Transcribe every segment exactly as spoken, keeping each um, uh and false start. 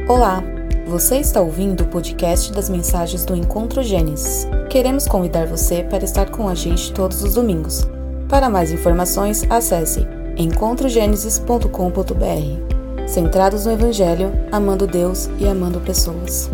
Olá, você está ouvindo o podcast das mensagens do Encontro Gênesis. Queremos convidar você para estar com a gente todos os domingos. Para mais informações, acesse encontro genesis ponto com ponto b r. Centrados no Evangelho, amando Deus e amando pessoas.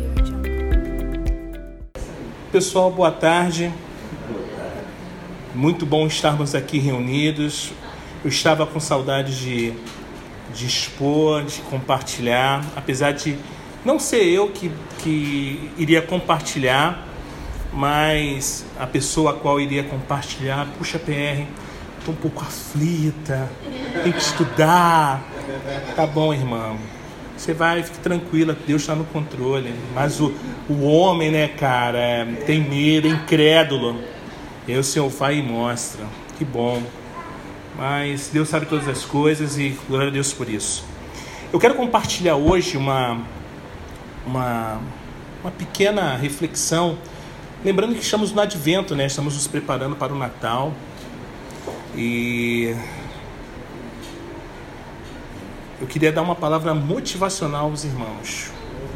Pessoal, boa tarde. Muito bom estarmos aqui reunidos. Eu estava com saudade de, de expor, de compartilhar, apesar de não ser eu que, que iria compartilhar, mas a pessoa a qual iria compartilhar, puxa P R, estou um pouco aflita, tem que estudar. Tá bom, irmão, você vai, fique tranquila, Deus está no controle. Mas o, o homem, né, cara, é, tem medo, é incrédulo. E aí o Senhor vai e mostra. Que bom. Mas Deus sabe todas as coisas e glória a Deus por isso. Eu quero compartilhar hoje uma, uma, uma pequena reflexão. Lembrando que estamos no Advento, né? Estamos nos preparando para o Natal. E eu queria dar uma palavra motivacional aos irmãos.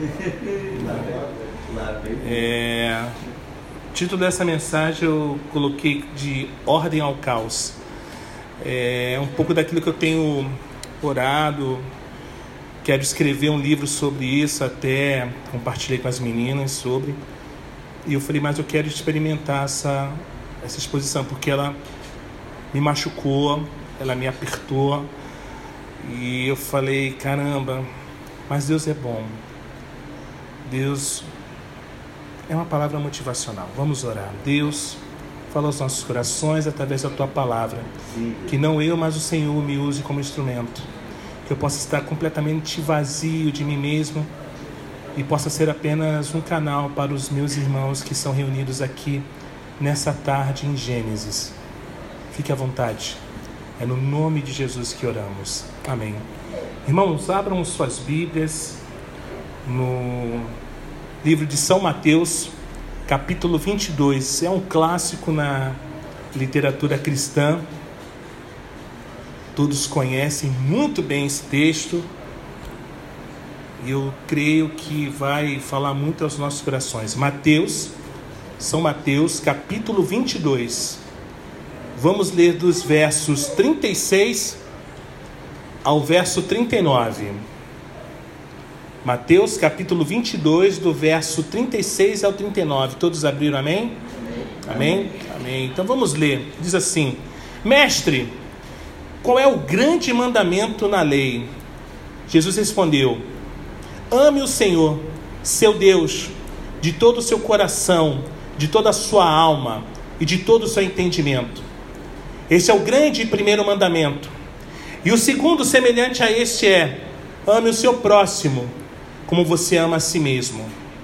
É, o título dessa mensagem eu coloquei de Ordem ao Caos. É um pouco daquilo que eu tenho orado. Quero escrever um livro sobre isso, até compartilhei com as meninas sobre. E eu falei, mas eu quero experimentar essa, essa exposição, porque ela me machucou, ela me apertou. E eu falei, caramba, mas Deus é bom. Deus é uma palavra motivacional. Vamos orar. Deus, fala aos nossos corações através da Tua palavra. Sim. Que não eu, mas o Senhor me use como instrumento. Que eu possa estar completamente vazio de mim mesmo e possa ser apenas um canal para os meus irmãos que são reunidos aqui nessa tarde em Gênesis. Fique à vontade. É no nome de Jesus que oramos. Amém. Irmãos, abram suas Bíblias no livro de São Mateus, capítulo vinte e dois. É um clássico na literatura cristã. Todos conhecem muito bem esse texto. E eu creio que vai falar muito aos nossos corações. Mateus, São Mateus, capítulo vinte e dois. Vamos ler dos versos trinta e seis ao verso trinta e nove. Mateus, capítulo vinte e dois, do verso trinta e seis ao trinta e nove. Todos abriram, amém? Amém? Amém? Amém. Então vamos ler. Diz assim: Mestre, qual é o grande mandamento na lei? Jesus respondeu: Ame o Senhor, seu Deus, de todo o seu coração, de toda a sua alma e de todo o seu entendimento. Esse é o grande e primeiro mandamento. E o segundo, semelhante a este, é: ame o seu próximo como você ama a si mesmo.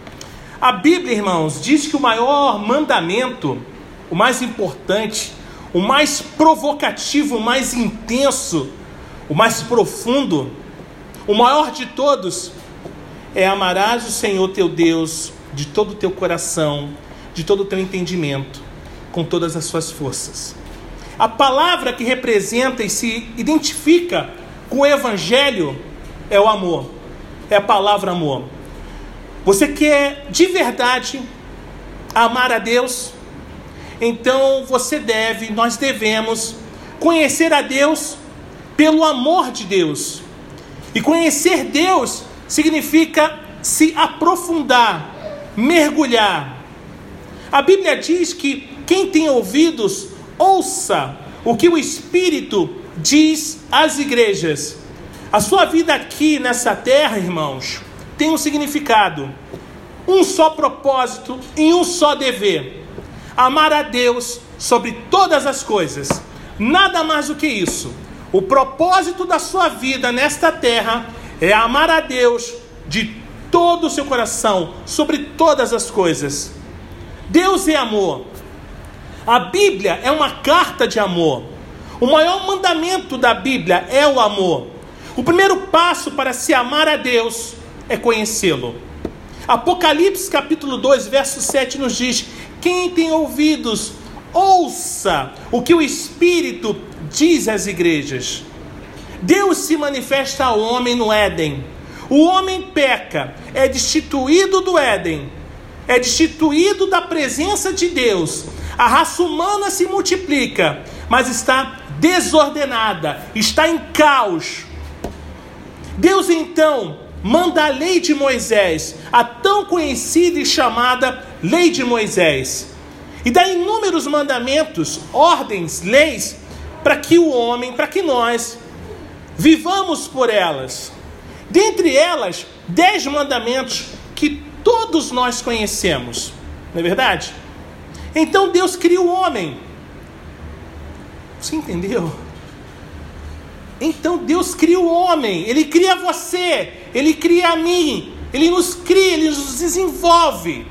A Bíblia, irmãos, diz que o maior mandamento, o mais importante, o mais provocativo, o mais intenso, o mais profundo, o maior de todos, é amarás o Senhor teu Deus de todo o teu coração, de todo o teu entendimento, com todas as suas forças. A palavra que representa e se identifica com o Evangelho é o amor, é a palavra amor. Você quer de verdade amar a Deus? Então você deve, nós devemos conhecer a Deus pelo amor de Deus. E conhecer Deus significa se aprofundar, mergulhar. A Bíblia diz que quem tem ouvidos, ouça o que o Espírito diz às igrejas. A sua vida aqui nessa terra, irmãos, tem um significado, um só propósito e um só dever: amar a Deus sobre todas as coisas. Nada mais do que isso. O propósito da sua vida nesta terra é amar a Deus de todo o seu coração, sobre todas as coisas. Deus é amor. A Bíblia é uma carta de amor. O maior mandamento da Bíblia é o amor. O primeiro passo para se amar a Deus é conhecê-lo. Apocalipse capítulo dois, verso sete nos diz: quem tem ouvidos, ouça o que o Espírito diz às igrejas. Deus se manifesta ao homem no Éden. O homem peca, é destituído do Éden, é destituído da presença de Deus. A raça humana se multiplica, mas está desordenada, está em caos. Deus então manda a lei de Moisés, a tão conhecida e chamada lei de Moisés, e dá inúmeros mandamentos, ordens, leis, para que o homem, para que nós vivamos por elas. Dentre elas, dez mandamentos que todos nós conhecemos, não é verdade? Então Deus cria o homem. Você entendeu? Então Deus cria o homem, Ele cria você, Ele cria a mim, Ele nos cria, Ele nos desenvolve,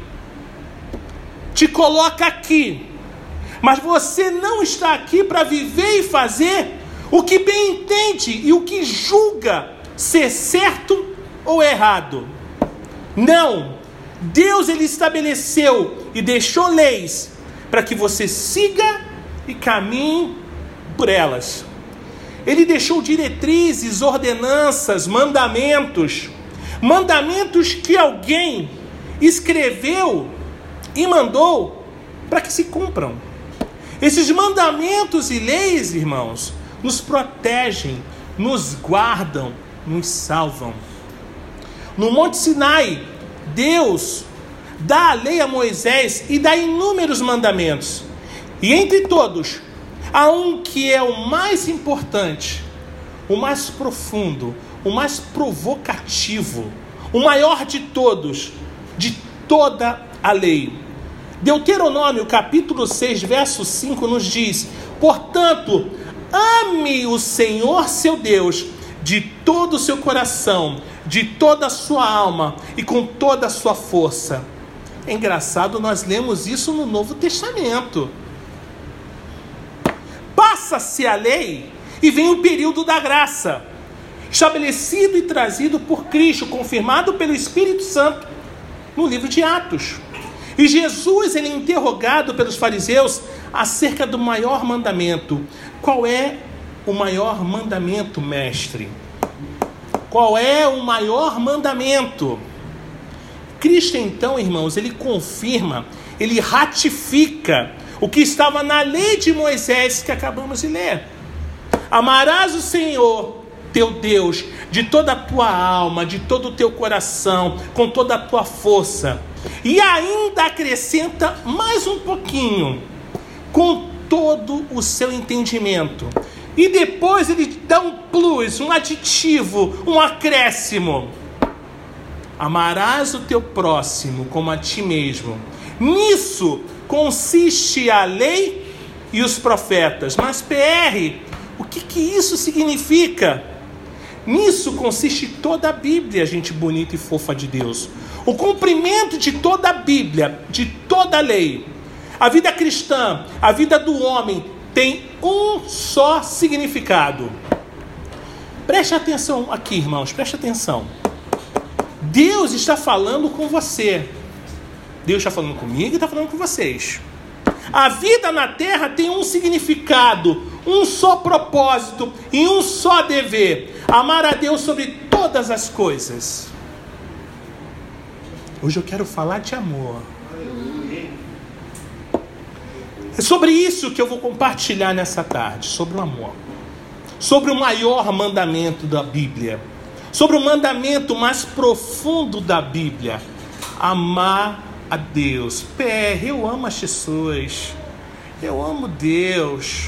te coloca aqui, mas você não está aqui para viver e fazer o que bem entende e o que julga ser certo ou errado. Não, Deus ele estabeleceu e deixou leis para que você siga e caminhe por elas. Ele deixou diretrizes, ordenanças, mandamentos, mandamentos que alguém escreveu e mandou para que se cumpram. Esses mandamentos e leis, irmãos, nos protegem, nos guardam, nos salvam. No Monte Sinai, Deus dá a lei a Moisés e dá inúmeros mandamentos. E entre todos, há um que é o mais importante, o mais profundo, o mais provocativo, o maior de todos, de toda a lei. Deuteronômio capítulo seis, verso cinco nos diz: portanto, ame o Senhor seu Deus de todo o seu coração, de toda a sua alma e com toda a sua força. É engraçado, nós lemos isso no Novo Testamento. Passa-se a lei e vem o período da graça, estabelecido e trazido por Cristo, confirmado pelo Espírito Santo no livro de Atos. E Jesus ele é interrogado pelos fariseus acerca do maior mandamento. Qual é o maior mandamento, mestre? Qual é o maior mandamento? Cristo então, irmãos, ele confirma, ele ratifica o que estava na lei de Moisés que acabamos de ler. Amarás o Senhor teu Deus de toda a tua alma, de todo o teu coração, com toda a tua força. E ainda acrescenta mais um pouquinho, com todo o seu entendimento. E depois ele dá um plus, um aditivo, um acréscimo. Amarás o teu próximo como a ti mesmo. Nisso consiste a lei e os profetas. Mas P R, o que, que isso significa? Nisso consiste toda a Bíblia, gente bonita e fofa de Deus. O cumprimento de toda a Bíblia, de toda a lei. A vida cristã, a vida do homem tem um só significado. Preste atenção aqui, irmãos, preste atenção. Deus está falando com você. Deus está falando comigo e está falando com vocês. A vida na terra tem um significado, um só propósito e um só dever: amar a Deus sobre todas as coisas. Hoje eu quero falar de amor. É sobre isso que eu vou compartilhar nessa tarde, sobre o amor. Sobre o maior mandamento da Bíblia. Sobre o mandamento mais profundo da Bíblia: amar a Deus. P R, eu amo as pessoas. Eu amo Deus.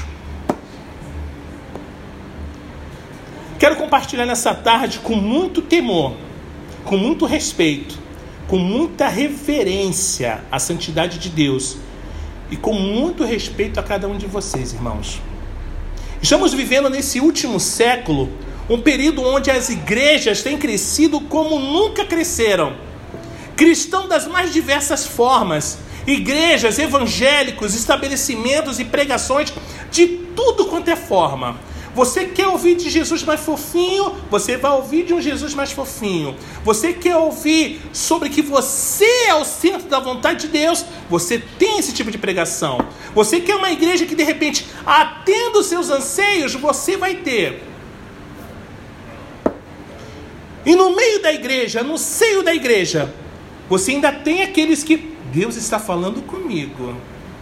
Quero compartilhar nessa tarde com muito temor, com muito respeito, com muita reverência à santidade de Deus e com muito respeito a cada um de vocês, irmãos. Estamos vivendo nesse último século um período onde as igrejas têm crescido como nunca cresceram. Cristãos das mais diversas formas, igrejas, evangélicos, estabelecimentos e pregações de tudo quanto é forma. Você quer ouvir de Jesus mais fofinho? Você vai ouvir de um Jesus mais fofinho. Você quer ouvir sobre que você é o centro da vontade de Deus? Você tem esse tipo de pregação. Você quer uma igreja que de repente atenda os seus anseios? Você vai ter. E no meio da igreja, no seio da igreja, você ainda tem aqueles que Deus está falando comigo.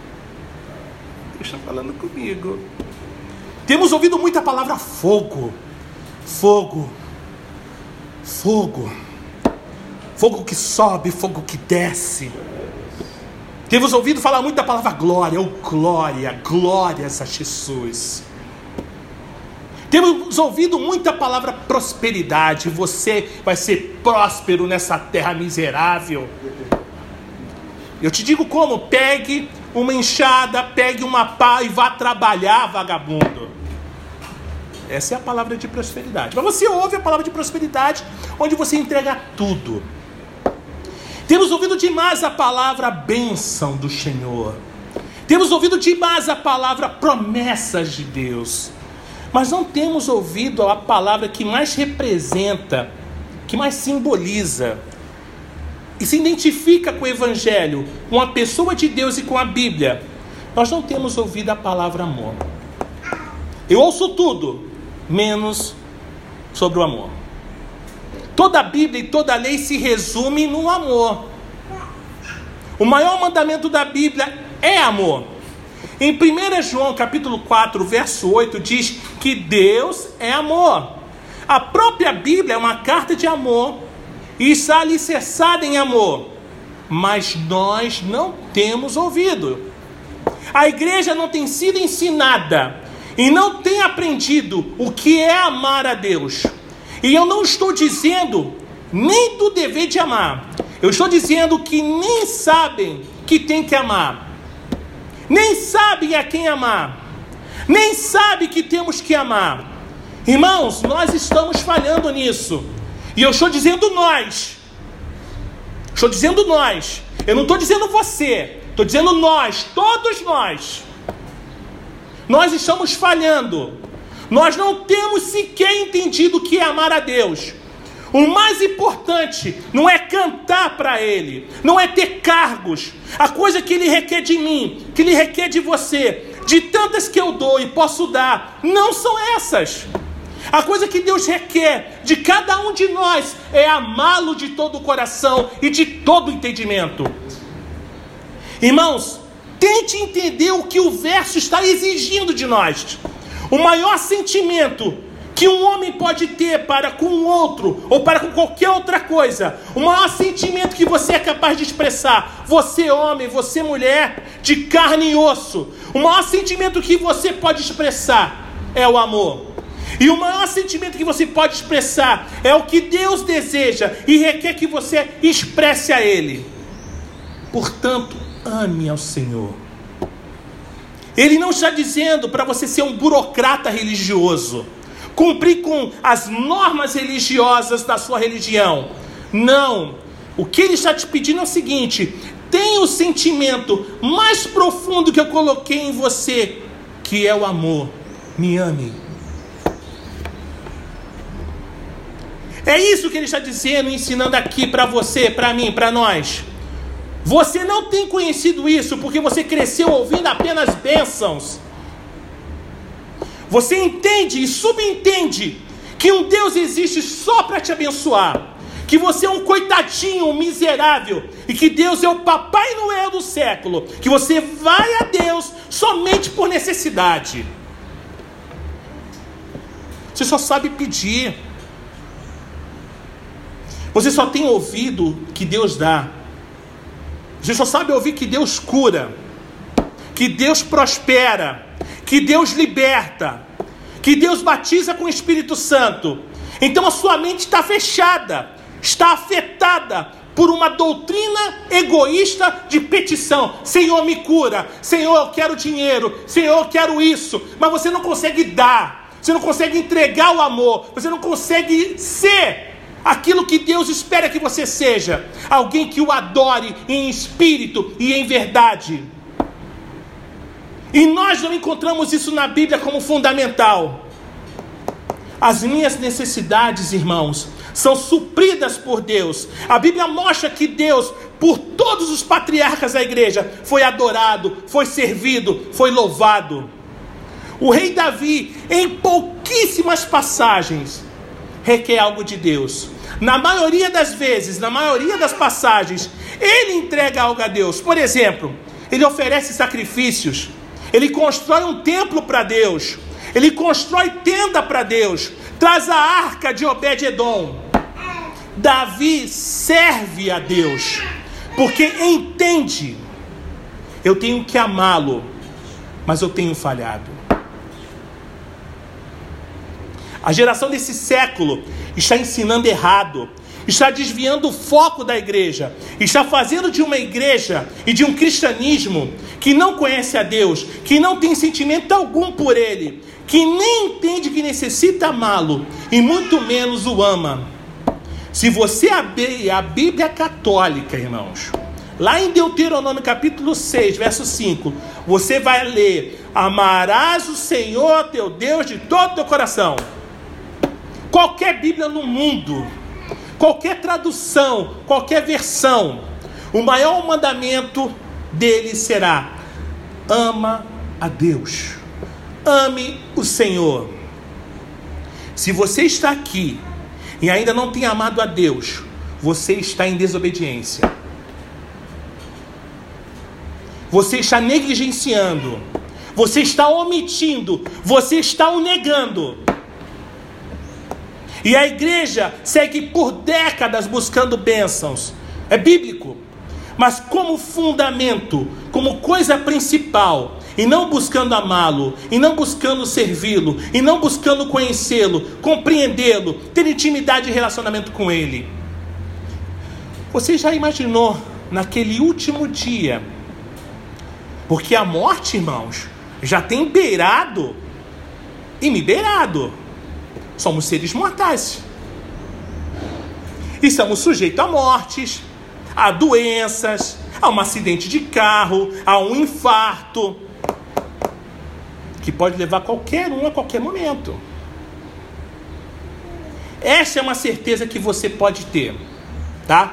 Deus está falando comigo. Temos ouvido muita palavra fogo. Fogo. Fogo. Fogo que sobe, fogo que desce. Temos ouvido falar muito da palavra glória. Oh, glória, glórias a Jesus. Temos ouvido muita palavra prosperidade. Você vai ser próspero nessa terra miserável. Eu te digo como: pegue uma enxada, pegue uma pá e vá trabalhar, vagabundo. Essa é a palavra de prosperidade. Mas você ouve a palavra de prosperidade onde você entrega tudo. Temos ouvido demais a palavra bênção do Senhor. Temos ouvido demais a palavra promessas de Deus. Mas não temos ouvido a palavra que mais representa, que mais simboliza e se identifica com o Evangelho, com a pessoa de Deus e com a Bíblia. Nós não temos ouvido a palavra amor. Eu ouço tudo, menos sobre o amor. Toda a Bíblia e toda a lei se resume no amor. O maior mandamento da Bíblia é amor. Em primeiro João capítulo quatro, verso oito, diz que Deus é amor. A própria Bíblia é uma carta de amor e está alicerçada em amor. Mas nós não temos ouvido. A igreja não tem sido ensinada e não tem aprendido o que é amar a Deus. E eu não estou dizendo nem do dever de amar. Eu estou dizendo que nem sabem que tem que amar. Nem sabem a quem amar. Nem sabem que temos que amar. Irmãos, nós estamos falhando nisso. E eu estou dizendo nós. Estou dizendo nós. Eu não estou dizendo você. Estou dizendo nós, todos nós. Nós estamos falhando. Nós não temos sequer entendido o que é amar a Deus. O mais importante não é cantar para Ele, não é ter cargos. A coisa que Ele requer de mim, que Ele requer de você, de tantas que eu dou e posso dar, não são essas. A coisa que Deus requer de cada um de nós é amá-lo de todo o coração e de todo o entendimento. Irmãos, tente entender o que o verso está exigindo de nós. O maior sentimento que um homem pode ter para com o outro, ou para com qualquer outra coisa, o maior sentimento que você é capaz de expressar, você homem, você mulher, de carne e osso, o maior sentimento que você pode expressar é o amor. E o maior sentimento que você pode expressar é o que Deus deseja e requer que você expresse a Ele. Portanto, ame ao Senhor. Ele não está dizendo para você ser um burocrata religioso, cumprir com as normas religiosas da sua religião. Não. O que Ele está te pedindo é o seguinte: tenha o sentimento mais profundo que eu coloquei em você, que é o amor. Me ame. É isso que Ele está dizendo, ensinando aqui para você, para mim, para nós. Você não tem conhecido isso porque você cresceu ouvindo apenas bênçãos. Você entende e subentende que um Deus existe só para te abençoar, que você é um coitadinho, um miserável, e que Deus é o Papai Noel do século, que você vai a Deus somente por necessidade. Você só sabe pedir. Você só tem ouvido que Deus dá. Você só sabe ouvir que Deus cura, que Deus prospera, que Deus liberta, que Deus batiza com o Espírito Santo. Então a sua mente está fechada, está afetada por uma doutrina egoísta de petição. Senhor, me cura. Senhor, eu quero dinheiro. Senhor, eu quero isso. Mas você não consegue dar. Você não consegue entregar o amor. Você não consegue ser aquilo que Deus espera que você seja. Alguém que o adore em espírito e em verdade. E nós não encontramos isso na Bíblia como fundamental. As minhas necessidades, irmãos, são supridas por Deus. A Bíblia mostra que Deus, por todos os patriarcas da igreja, foi adorado, foi servido, foi louvado. O rei Davi, em pouquíssimas passagens, requer algo de Deus. Na maioria das vezes, na maioria das passagens, ele entrega algo a Deus. Por exemplo, ele oferece sacrifícios, ele constrói um templo para Deus, ele constrói tenda para Deus, traz a arca de Obed-edom. Davi serve a Deus, porque entende, eu tenho que amá-lo, mas eu tenho falhado. A geração desse século está ensinando errado, está desviando o foco da igreja, está fazendo de uma igreja e de um cristianismo que não conhece a Deus, que não tem sentimento algum por Ele, que nem entende que necessita amá-lo e muito menos o ama. Se você abrir a Bíblia católica, irmãos, lá em Deuteronômio capítulo seis, verso cinco, você vai ler: amarás o Senhor teu Deus de todo o teu coração. Qualquer Bíblia no mundo, qualquer tradução, qualquer versão, o maior mandamento dele será: ama a Deus, ame o Senhor. Se você está aqui e ainda não tem amado a Deus, você está em desobediência. Você está negligenciando, você está omitindo, você está o negando. E a igreja segue por décadas buscando bênçãos. É bíblico. Mas como fundamento, como coisa principal, e não buscando amá-lo, e não buscando servi-lo, e não buscando conhecê-lo, compreendê-lo, ter intimidade e relacionamento com ele. Você já imaginou naquele último dia? Porque a morte, irmãos, já tem beirado e me beirado. Somos seres mortais. E estamos sujeitos a mortes, a doenças, a um acidente de carro, a um infarto, que pode levar qualquer um a qualquer momento. Essa é uma certeza que você pode ter, tá?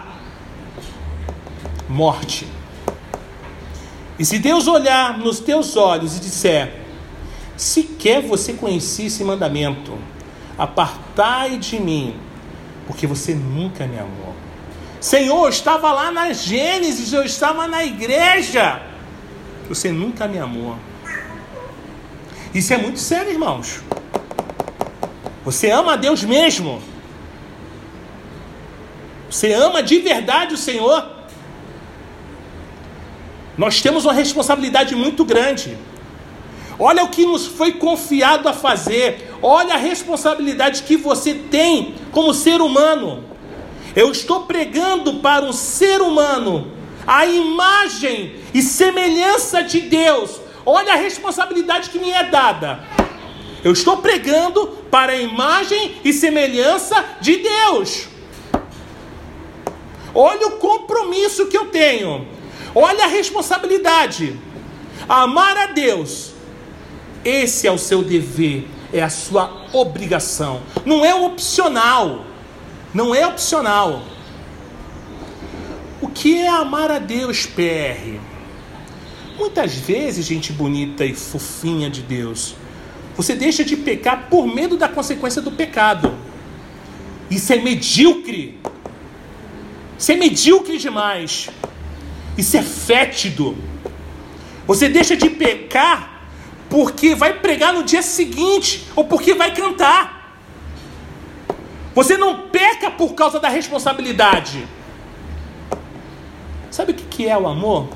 Morte. E se Deus olhar nos teus olhos e disser: sequer você conhecia esse mandamento, apartai de mim, porque você nunca me amou. Senhor, eu estava lá na Gênesis, eu estava na igreja, você nunca me amou. Isso é muito sério, irmãos. Você ama a Deus mesmo? Você ama de verdade o Senhor? Nós temos uma responsabilidade muito grande. Olha o que nos foi confiado a fazer. Olha a responsabilidade que você tem como ser humano. Eu estou pregando para um ser humano a imagem e semelhança de Deus. Olha a responsabilidade que me é dada. Eu estou pregando para a imagem e semelhança de Deus. Olha o compromisso que eu tenho. Olha a responsabilidade. Amar a Deus, esse é o seu dever, é a sua obrigação. Não é opcional. Não é opcional. O que é amar a Deus, P R? Muitas vezes, gente bonita e fofinha de Deus, você deixa de pecar por medo da consequência do pecado. Isso é medíocre. Isso é medíocre demais. Isso é fétido. Você deixa de pecar porque vai pregar no dia seguinte ou porque vai cantar. Você não peca por causa da responsabilidade. Sabe o que é o amor?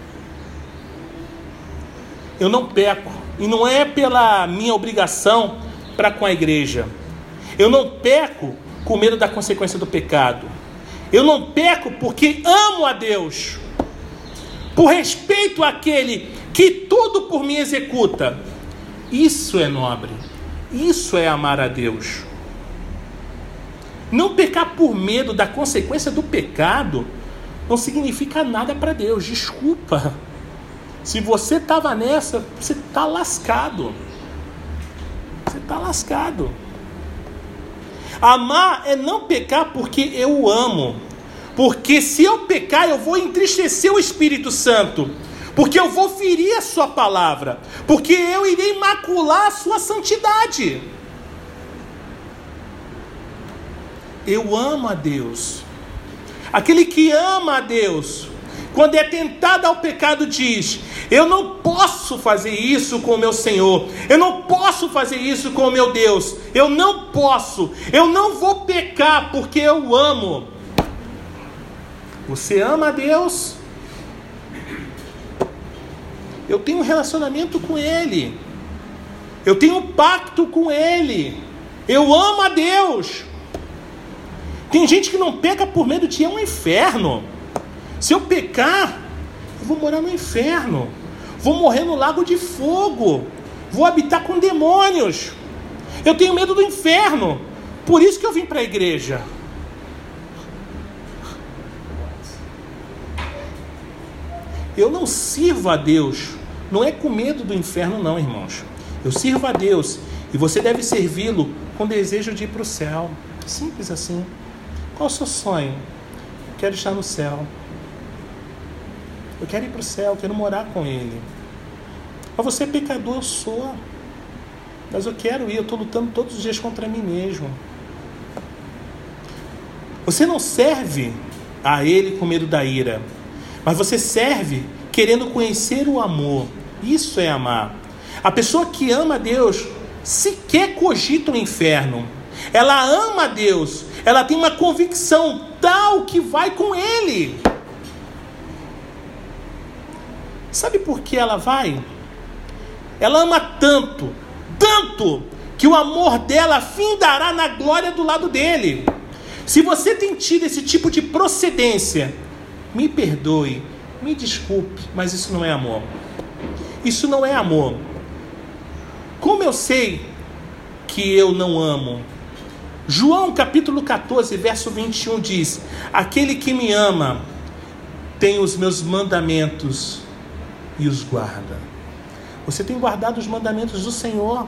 Eu não peco, e não é pela minha obrigação para com a igreja. Eu não peco com medo da consequência do pecado. Eu não peco porque amo a Deus, por respeito àquele que tudo por mim executa. Isso é nobre. Isso é amar a Deus. Não pecar por medo da consequência do pecado não significa nada para Deus. Desculpa. Se você estava nessa, você está lascado. Você está lascado. Amar é não pecar porque eu o amo. Porque se eu pecar, eu vou entristecer o Espírito Santo. Porque eu vou ferir a sua palavra. Porque eu irei macular a sua santidade. eu amo a Deus. Aquele que ama a Deus, quando é tentado ao pecado, diz: eu não posso fazer isso com o meu Senhor, eu não posso fazer isso com o meu Deus, eu não posso, eu não vou pecar porque eu amo. Você ama a Deus? Eu tenho um relacionamento com Ele, eu tenho um pacto com Ele, eu amo a Deus. Tem gente que não peca por medo de ir ao inferno. Se eu pecar, eu vou morar no inferno, vou morrer no lago de fogo, vou habitar com demônios, eu tenho medo do inferno, por isso que eu vim para a igreja. Eu não sirvo a Deus, não é com medo do inferno não, irmãos. Eu sirvo a Deus, e você deve servi-lo com desejo de ir para o céu. Simples assim. Qual o seu sonho? Quero estar no céu. Eu quero ir para o céu, eu quero morar com Ele. Mas você é pecador, eu sou. Mas eu quero ir, eu estou lutando todos os dias contra mim mesmo. Você não serve a Ele com medo da ira, mas você serve querendo conhecer o amor. Isso é amar. A pessoa que ama a Deus sequer cogita o inferno. Ela ama a Deus, ela tem uma convicção tal que vai com Ele. Sabe por que ela vai? Ela ama tanto, tanto, que o amor dela findará na glória do lado dele. Se você tem tido esse tipo de procedência, me perdoe, me desculpe, mas isso não é amor. Isso não é amor. Como eu sei que eu não amo? João capítulo catorze, verso vinte e um diz: aquele que me ama tem os meus mandamentos e os guarda. Você tem guardado os mandamentos do Senhor?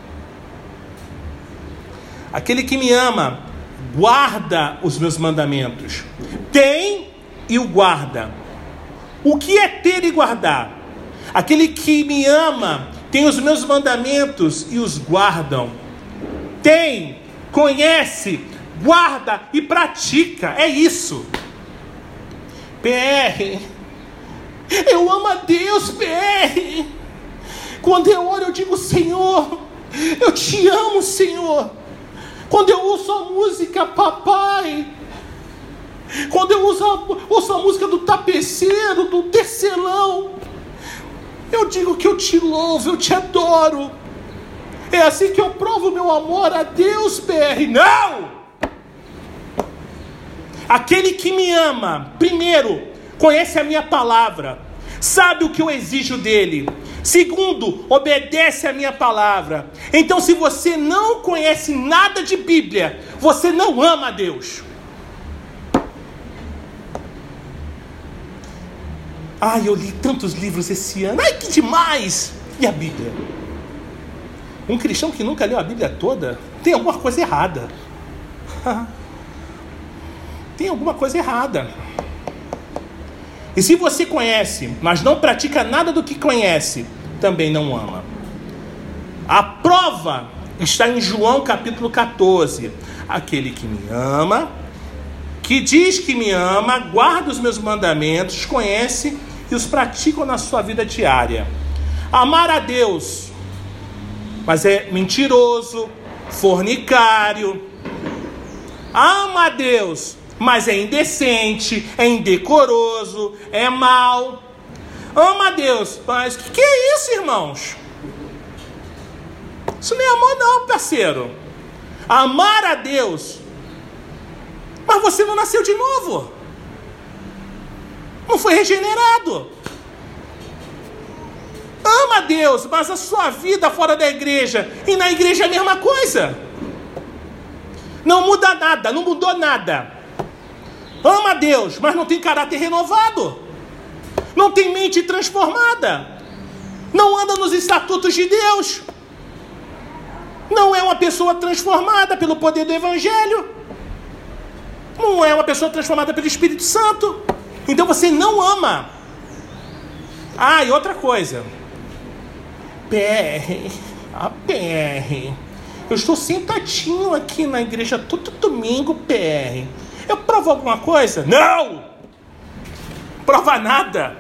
Aquele que me ama guarda os meus mandamentos. Tem e o guarda. O que é ter e guardar? Aquele que me ama tem os meus mandamentos e os guardam. Tem, conhece, guarda e pratica. É isso. P R, eu amo a Deus, P R. Quando eu oro, eu digo: Senhor, eu te amo, Senhor. Quando eu ouço a música, papai, quando eu ouço a, ouço a música do tapeceiro, do tecelão, eu digo que eu te louvo, eu te adoro. É assim que eu provo meu amor a Deus, P R. Não! Aquele que me ama, primeiro, conhece a minha palavra, sabe o que eu exijo dele. Segundo, obedece a minha palavra. Então, se você não conhece nada de Bíblia, você não ama a Deus. Ai, eu li tantos livros esse ano. Ai, que demais! E a Bíblia? Um cristão que nunca leu a Bíblia toda, tem alguma coisa errada. Tem alguma coisa errada. E se você conhece, mas não pratica nada do que conhece, também não ama. A prova está em João capítulo catorze. Aquele que me ama, que diz que me ama, guarda os meus mandamentos, conhece e os pratica na sua vida diária. Amar a Deus, mas é mentiroso, fornicário. Ama a Deus, mas é indecente, é indecoroso, é mau. Ama a Deus, mas o que, que é isso, irmãos? Isso não é amor não, parceiro. Amar a Deus, mas você não nasceu de novo, não foi regenerado. Ama a Deus, mas a sua vida fora da igreja e na igreja é a mesma coisa. Não muda nada, não mudou nada. Ama a Deus, mas não tem caráter renovado, não tem mente transformada, não anda nos estatutos de Deus, não é uma pessoa transformada pelo poder do Evangelho, não é uma pessoa transformada pelo Espírito Santo. Então você não ama. Ah, e outra coisa, P R, a P R, Eu estou sentadinho aqui na igreja todo domingo, P R. Eu provo alguma coisa? Não! Prova nada.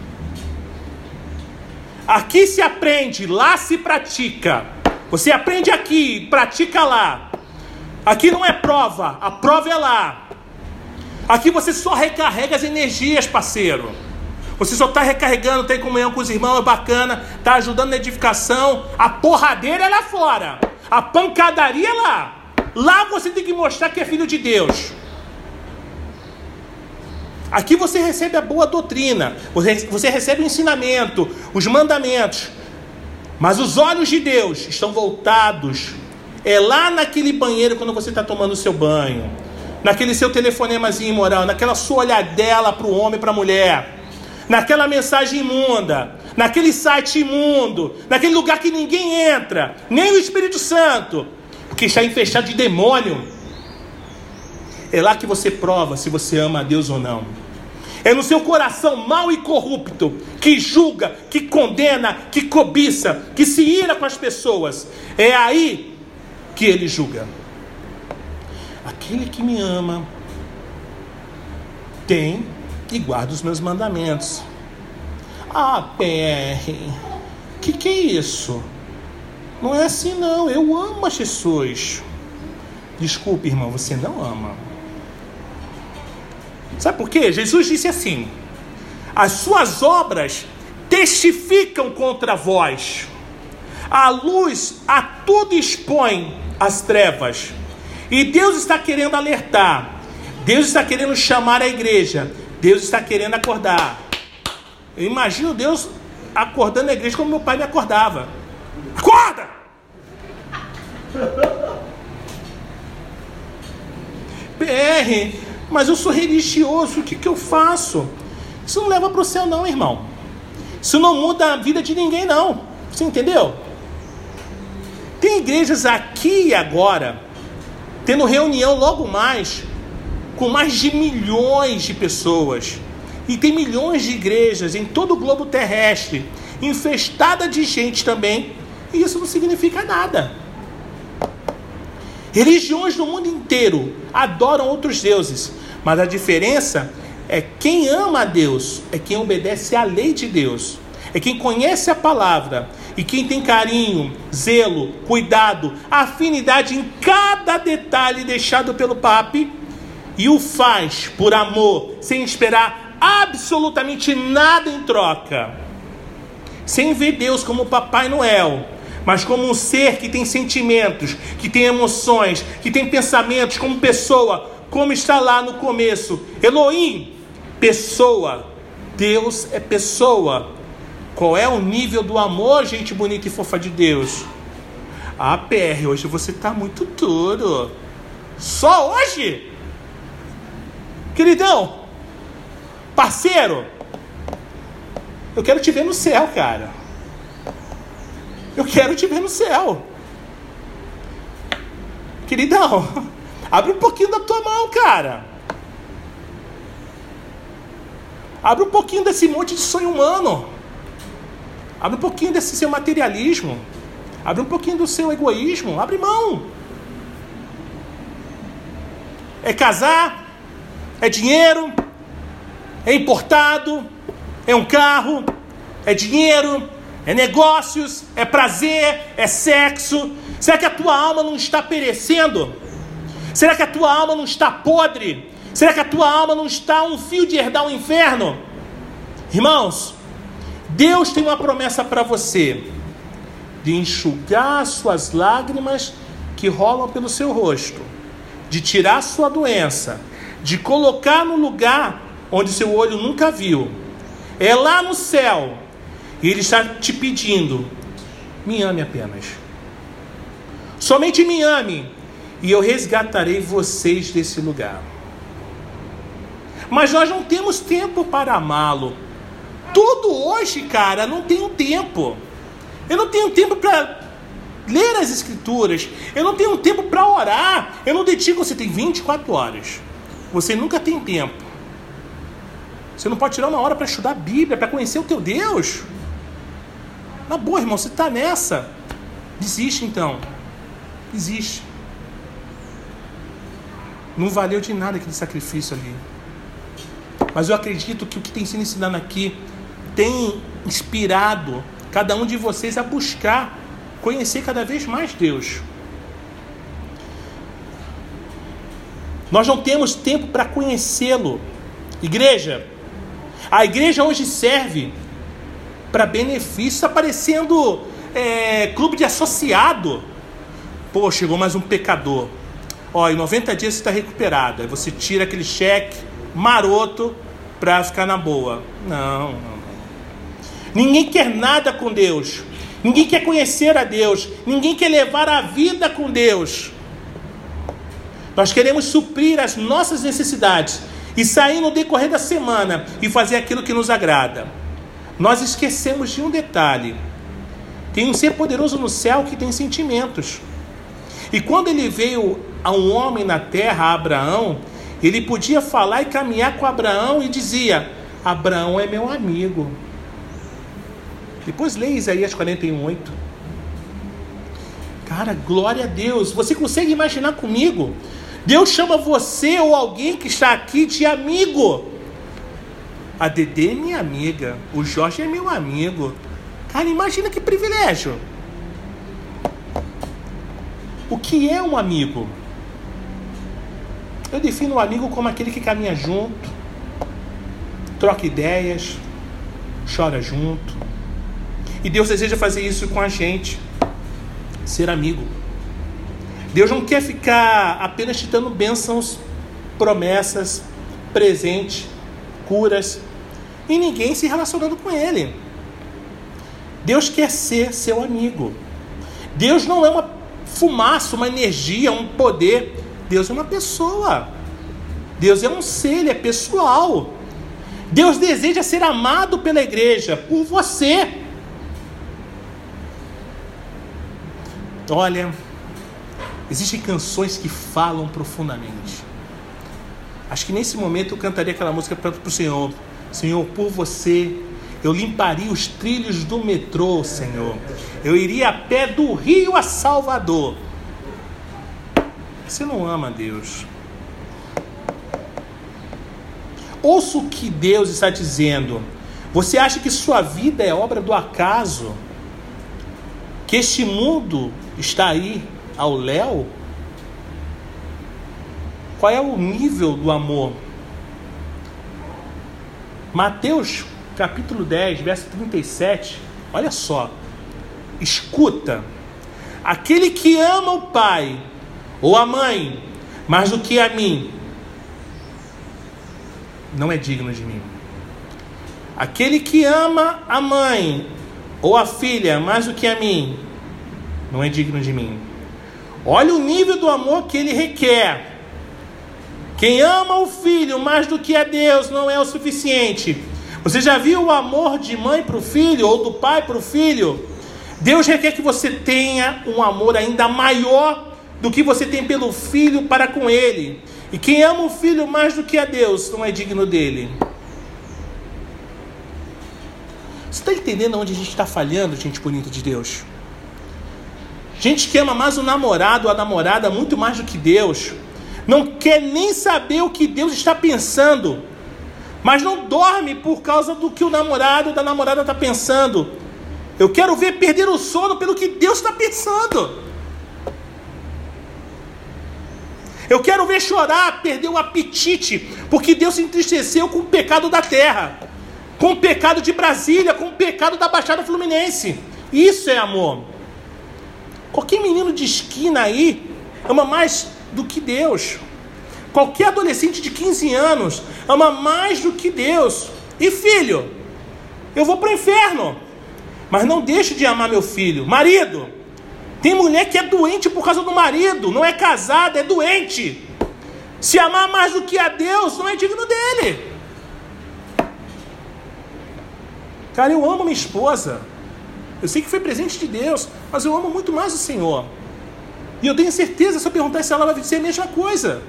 Aqui se aprende, lá se pratica. Você aprende aqui, pratica lá. Aqui não é prova, a prova é lá. Aqui você só recarrega as energias, parceiro. Você só está recarregando, tem comunhão com os irmãos, é bacana, está ajudando na edificação. A porradeira é lá fora, a pancadaria é lá. Lá você tem que mostrar que é filho de Deus. Aqui você recebe a boa doutrina, você recebe o ensinamento, os mandamentos. Mas os olhos de Deus estão voltados. É lá naquele banheiro quando você está tomando o seu banho. Naquele seu telefonemazinho imoral, naquela sua olhadela para o homem e para a mulher. Naquela mensagem imunda, naquele site imundo, naquele lugar que ninguém entra, nem o Espírito Santo, porque está infestado de demônio. É lá que você prova se você ama a Deus ou não. É no seu coração mau e corrupto, que julga, que condena, que cobiça, que se ira com as pessoas. É aí que ele julga. Aquele que me ama tem e guarda os meus mandamentos. Ah, P R, que que é isso? Não é assim não, eu amo a Jesus. Desculpe, irmão, você não ama. Sabe por quê? Jesus disse assim: as suas obras testificam contra vós. A luz a tudo expõe as trevas. E Deus está querendo alertar. Deus está querendo chamar a igreja. Deus está querendo acordar. Eu imagino Deus acordando a igreja como meu pai me acordava. Acorda! P R, mas eu sou religioso, o que, que eu faço? Isso não leva para o céu não, irmão. Isso não muda a vida de ninguém não. Você entendeu? Tem igrejas aqui e agora, tendo reunião logo mais, com mais de milhões de pessoas. E tem milhões de igrejas em todo o globo terrestre, infestada de gente também. E isso não significa nada. Religiões no mundo inteiro adoram outros deuses. Mas a diferença é quem ama a Deus, é quem obedece à lei de Deus. É quem conhece a palavra e quem tem carinho, zelo, cuidado, afinidade em cada detalhe deixado pelo papi e o faz por amor, sem esperar absolutamente nada em troca. Sem ver Deus como Papai Noel, mas como um ser que tem sentimentos, que tem emoções, que tem pensamentos como pessoa, como está lá no começo. Elohim, pessoa. Deus é pessoa. Qual é o nível do amor, gente bonita e fofa de Deus? Ah, P R, hoje você está muito duro. Só hoje? Queridão, parceiro, eu quero te ver no céu, cara. Eu quero te ver no céu. Queridão, abre um pouquinho da tua mão, cara. Abre um pouquinho desse monte de sonho humano. Abre um pouquinho desse seu materialismo. Abre um pouquinho do seu egoísmo. Abre mão. É casar, é dinheiro, é importado, é um carro, é dinheiro, é negócios, é prazer, é sexo. Será que a tua alma não está perecendo? Será que a tua alma não está podre? Será que a tua alma não está a um fio de herdar o inferno? Irmãos, Deus tem uma promessa para você, de enxugar suas lágrimas que rolam pelo seu rosto, de tirar sua doença, de colocar no lugar onde seu olho nunca viu. É lá no céu. E Ele está te pedindo: me ame apenas. Somente me ame, e eu resgatarei vocês desse lugar. Mas nós não temos tempo para amá-lo. Tudo hoje, cara, não tenho tempo. Eu não tenho tempo para ler as escrituras. Eu não tenho tempo para orar. Eu não dedico. Você tem vinte e quatro horas. Você nunca tem tempo. Você não pode tirar uma hora para estudar a Bíblia, para conhecer o teu Deus. Na boa, irmão, você está nessa. Desiste então. Existe. Não valeu de nada aquele sacrifício ali. Mas eu acredito que o que tem sido ensinado aqui tem inspirado cada um de vocês a buscar conhecer cada vez mais Deus. Nós não temos tempo para conhecê-lo. Igreja, a igreja hoje serve para benefício. Está parecendo é, clube de associado. Pô, chegou mais um pecador. Ó, em noventa dias você está recuperado. Aí você tira aquele cheque maroto para ficar na boa. Não, não, não. Ninguém quer nada com Deus. Ninguém quer conhecer a Deus. Ninguém quer levar a vida com Deus. Nós queremos suprir as nossas necessidades e sair no decorrer da semana e fazer aquilo que nos agrada. Nós esquecemos de um detalhe. Tem um ser poderoso no céu que tem sentimentos. E quando ele veio a um homem na terra, a Abraão, ele podia falar e caminhar com Abraão e dizia: Abraão é meu amigo. Depois leia Isaías quarenta e um, oito. Cara, glória a Deus. Você consegue imaginar comigo? Deus chama você ou alguém que está aqui de amigo. A Dedê é minha amiga. O Jorge é meu amigo. Cara, imagina que privilégio. O que é um amigo? Eu defino um amigo como aquele que caminha junto, troca ideias, chora junto. E Deus deseja fazer isso com a gente. Ser amigo. Deus não quer ficar apenas te dando bênçãos, promessas, presentes, curas, e ninguém se relacionando com Ele. Deus quer ser seu amigo. Deus não é uma fumaça, uma energia, um poder. Deus é uma pessoa. Deus é um ser, Ele é pessoal. Deus deseja ser amado pela igreja, por você. Olha, existem canções que falam profundamente. Acho que nesse momento eu cantaria aquela música para o Senhor. Senhor, por você eu limparia os trilhos do metrô, Senhor. Eu iria a pé do Rio a Salvador. Você não ama Deus. Ouça o que Deus está dizendo. Você acha que sua vida é obra do acaso? Que este mundo está aí ao léu? Qual é o nível do amor? Mateus capítulo dez, verso trinta e sete. Olha só. Escuta. Aquele que ama o pai ou a mãe mais do que a mim não é digno de mim. Aquele que ama a mãe ou a filha mais do que a mim não é digno de mim. Olha o nível do amor que ele requer. Quem ama o filho mais do que a Deus não é o suficiente. Você já viu o amor de mãe para o filho ou do pai para o filho? Deus requer que você tenha um amor ainda maior do que você tem pelo filho para com ele. E quem ama o filho mais do que a Deus não é digno dele. Você está entendendo onde a gente está falhando, gente bonita de Deus? Gente que ama mais o namorado ou a namorada muito mais do que Deus. Não quer nem saber o que Deus está pensando. Mas não dorme por causa do que o namorado ou da namorada está pensando. Eu quero ver perder o sono pelo que Deus está pensando. Eu quero ver chorar, perder o apetite, porque Deus se entristeceu com o pecado da terra, com o pecado de Brasília, com o pecado da Baixada Fluminense. Isso é amor. Qualquer menino de esquina aí ama mais do que Deus. Qualquer adolescente de quinze anos ama mais do que Deus. E filho, eu vou para o inferno, mas não deixe de amar meu filho. Marido, tem mulher que é doente por causa do marido, não é casada, é doente. Se amar mais do que a Deus, não é digno dele. Cara, eu amo minha esposa. Eu sei que foi presente de Deus, mas eu amo muito mais o Senhor. E eu tenho certeza, se eu perguntar se ela vai dizer a mesma coisa.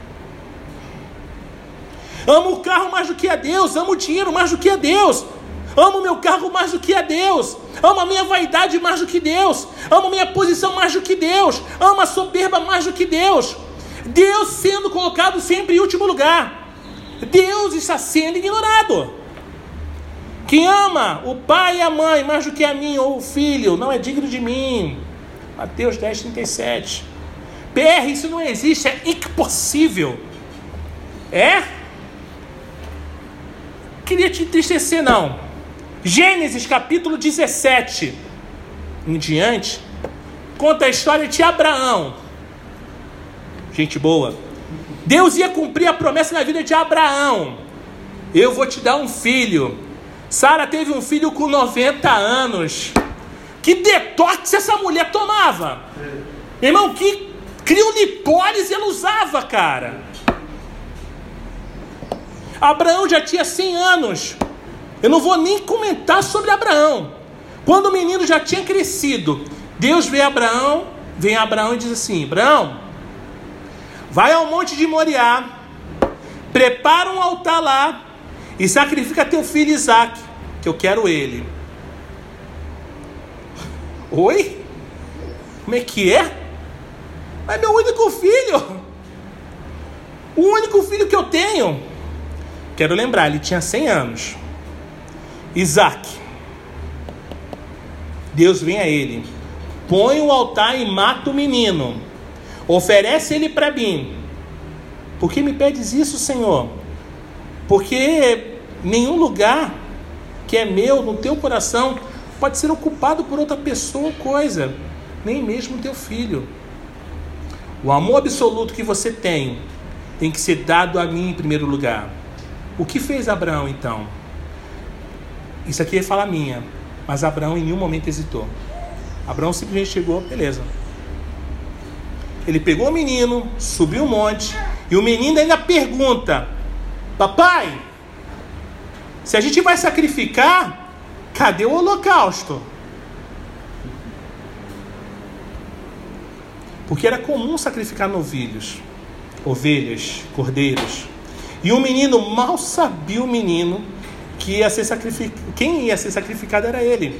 Amo o carro mais do que a Deus, amo o dinheiro mais do que a Deus. amo o meu cargo mais do que a Deus, amo a minha vaidade mais do que Deus, amo a minha posição mais do que Deus, amo a soberba mais do que Deus. Deus sendo colocado sempre em último lugar. Deus está sendo ignorado. Quem ama o pai e a mãe mais do que a mim ou o filho não é digno de mim. Mateus dez, trinta e sete. P R, isso não existe, é impossível. É? Queria te entristecer, não. Gênesis capítulo dezessete em diante conta a história de Abraão. Gente boa. Deus ia cumprir a promessa na vida de Abraão. Eu vou te dar um filho. Sara teve um filho com noventa anos. Que detox essa mulher tomava. Meu irmão, que criolipólise ela usava, cara. Abraão já tinha cem anos. Eu não vou nem comentar sobre Abraão. Quando o menino já tinha crescido, Deus vê Abraão, vem Abraão e diz assim: Abraão, vai ao monte de Moriá, prepara um altar lá e sacrifica teu filho Isaque, que eu quero ele. Oi? Como é que é? É meu único filho. O único filho que eu tenho. Quero lembrar, ele tinha cem anos. Isaque. Deus vem a ele. Põe o altar e mata o menino. Oferece ele para mim. Por que me pedes isso, Senhor? Porque nenhum lugar que é meu, no teu coração, pode ser ocupado por outra pessoa ou coisa. Nem mesmo teu filho. O amor absoluto que você tem, tem que ser dado a mim em primeiro lugar. O que fez Abraão então? Isso aqui é fala minha, mas Abraão em nenhum momento hesitou. Abraão simplesmente chegou, beleza. Ele pegou o menino, subiu o monte, e o menino ainda pergunta: papai, se a gente vai sacrificar, cadê o holocausto? Porque era comum sacrificar novilhos, ovelhas, cordeiros. E o menino, mal sabia o menino que ia ser sacrificado. Quem ia ser sacrificado era ele.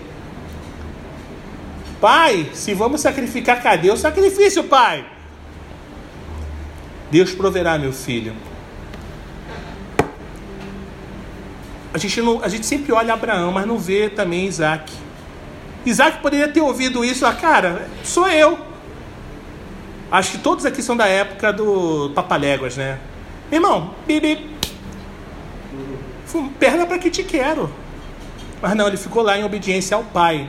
Pai, se vamos sacrificar, cadê o sacrifício, pai? Deus proverá, meu filho. A gente, não, a gente sempre olha Abraão, mas não vê também Isaque. Isaque poderia ter ouvido isso. Ah, cara, sou eu. Acho que todos aqui são da época do Papaléguas, né? Irmão, bibi, perna para que te quero. Mas não, ele ficou lá em obediência ao pai.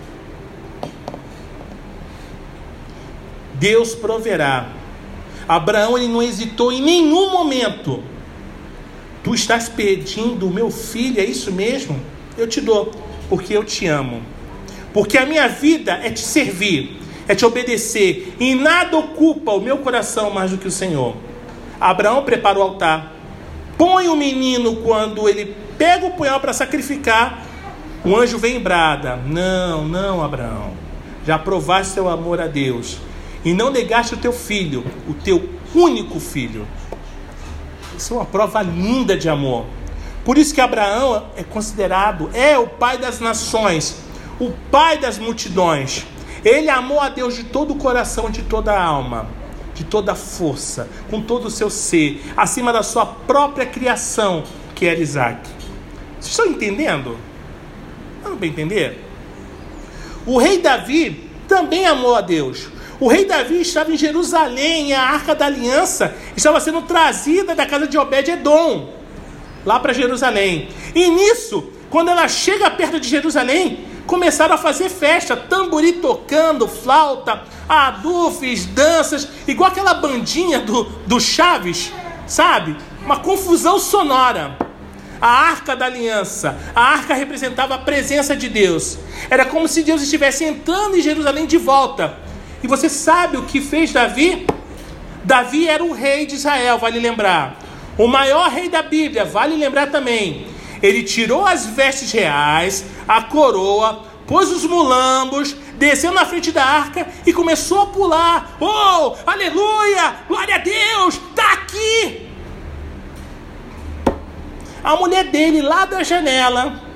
Deus proverá. Abraão, ele não hesitou em nenhum momento. Tu estás pedindo o meu filho, é isso mesmo? Eu te dou, porque eu te amo. Porque a minha vida é te servir, é te obedecer, e nada ocupa o meu coração mais do que o Senhor. Abraão prepara o altar, põe o menino. Quando ele pega o punhal para sacrificar, o anjo vem e brada: não, não, Abraão, já provaste teu amor a Deus e não negaste o teu filho, o teu único filho. Isso é uma prova linda de amor. Por isso que Abraão é considerado, é o pai das nações, o pai das multidões. Ele amou a Deus de todo o coração, de toda a alma, de toda a força, com todo o seu ser, acima da sua própria criação, que era Isaque. Vocês estão entendendo? Não para entender? O rei Davi também amou a Deus. O rei Davi estava em Jerusalém e a Arca da Aliança estava sendo trazida da casa de Obed-Edom, lá para Jerusalém. E nisso, quando ela chega perto de Jerusalém, começaram a fazer festa, tamborim tocando, flauta, adufes, danças, igual aquela bandinha do, do Chaves, sabe? Uma confusão sonora. A Arca da Aliança, a arca representava a presença de Deus. Era como se Deus estivesse entrando em Jerusalém de volta. E você sabe o que fez Davi? Davi era o rei de Israel, vale lembrar. O maior rei da Bíblia, vale lembrar também. Ele tirou as vestes reais, a coroa, pôs os mulambos, desceu na frente da arca e começou a pular. Oh, aleluia, glória a Deus, está aqui. A mulher dele lá da janela,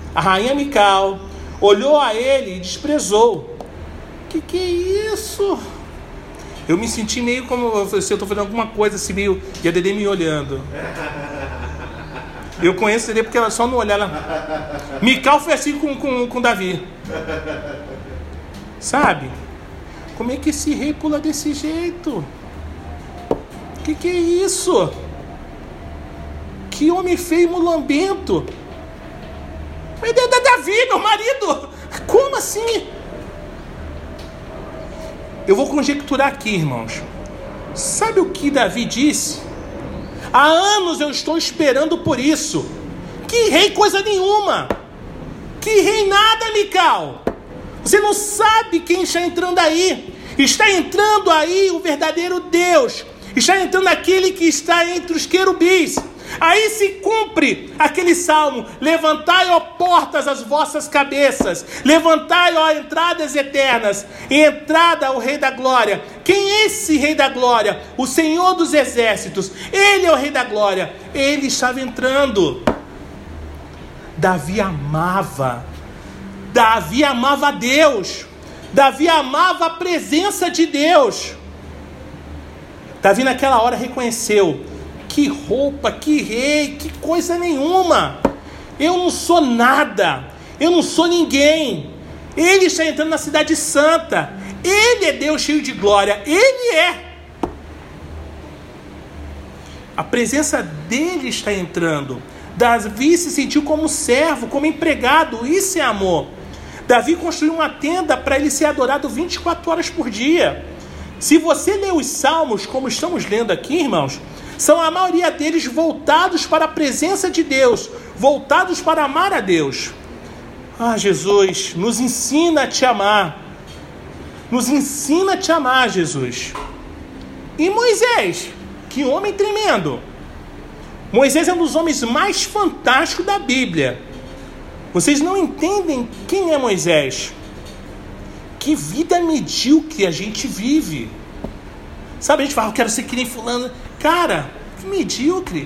a rainha Mical, olhou a ele e desprezou. Que que é isso? Eu me senti meio como se eu estou fazendo alguma coisa assim, meio... E a Dedê me olhando. Eu conheço a Dedê porque ela só não olhar. Ela... Mical foi assim com, com, com Davi. Sabe? Como é que esse rei pula desse jeito? Que que é isso? Que homem feio e mulambento. Mas é da Davi, meu marido. Como assim? Eu vou conjecturar aqui, irmãos. Sabe o que Davi disse? Há anos eu estou esperando por isso. Que rei coisa nenhuma. Que rei nada, Mical. Você não sabe quem está entrando aí. Está entrando aí o verdadeiro Deus. Está entrando aquele que está entre os querubins. Aí se cumpre aquele salmo: levantai, ó portas, as vossas cabeças, levantai, ó entradas eternas, e entrada ao Rei da Glória. Quem é esse Rei da Glória? O Senhor dos Exércitos. Ele é o Rei da Glória. Ele estava entrando. Davi amava Davi amava Deus. Davi amava a presença de Deus. Davi naquela hora reconheceu: que roupa, que rei, que coisa nenhuma. Eu não sou nada. Eu não sou ninguém. Ele está entrando na cidade santa. Ele é Deus cheio de glória. Ele é. A presença dele está entrando. Davi se sentiu como servo, como empregado. Isso é amor. Davi construiu uma tenda para ele ser adorado vinte e quatro horas por dia. Se você ler os salmos, como estamos lendo aqui, irmãos, são a maioria deles voltados para a presença de Deus, voltados para amar a Deus. Ah, Jesus, nos ensina a te amar. Nos ensina a te amar, Jesus. E Moisés, que homem tremendo. Moisés é um dos homens mais fantásticos da Bíblia. Vocês não entendem quem é Moisés. Que vida medíocre a gente vive. Sabe, a gente fala: eu quero ser que nem fulano. Cara, que medíocre.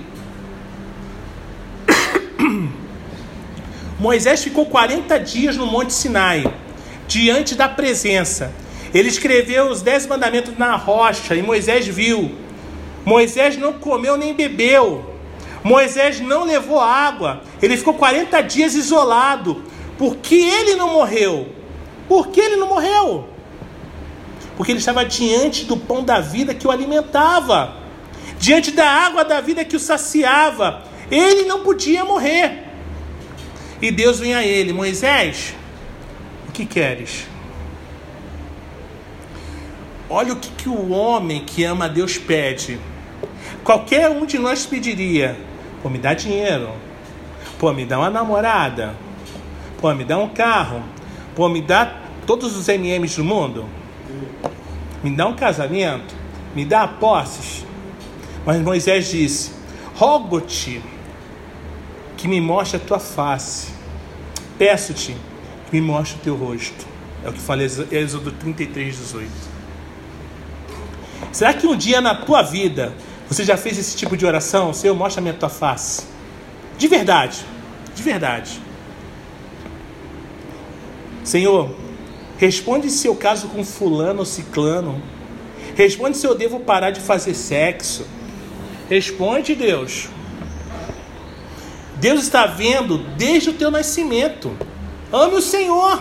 Moisés ficou quarenta dias no Monte Sinai, diante da presença. Ele escreveu os dez mandamentos na rocha, e Moisés viu. Moisés não comeu nem bebeu. Moisés não levou água. Ele ficou quarenta dias isolado. Por que ele não morreu? Por que ele não morreu? Porque ele estava diante do pão da vida que o alimentava, diante da água da vida que o saciava. Ele não podia morrer. E Deus vem a ele: Moisés, o que queres? Olha o que, que o homem que ama a Deus pede. Qualquer um de nós pediria: pô, me dá dinheiro. Pô, me dá uma namorada. Pô, me dá um carro. Pô, me dá todos os M Ms do mundo. Me dá um casamento. Me dá posses. Mas Moisés disse: rogo-te que me mostre a tua face. Peço-te que me mostre o teu rosto. É o que fala Êxodo trinta e três, dezoito. Será que um dia na tua vida você já fez esse tipo de oração? Senhor, mostra-me a tua face. De verdade. De verdade. Senhor, responde se eu caso com fulano ou ciclano. Responde se eu devo parar de fazer sexo. Responde, Deus. Deus está vendo desde o teu nascimento. Ame o Senhor.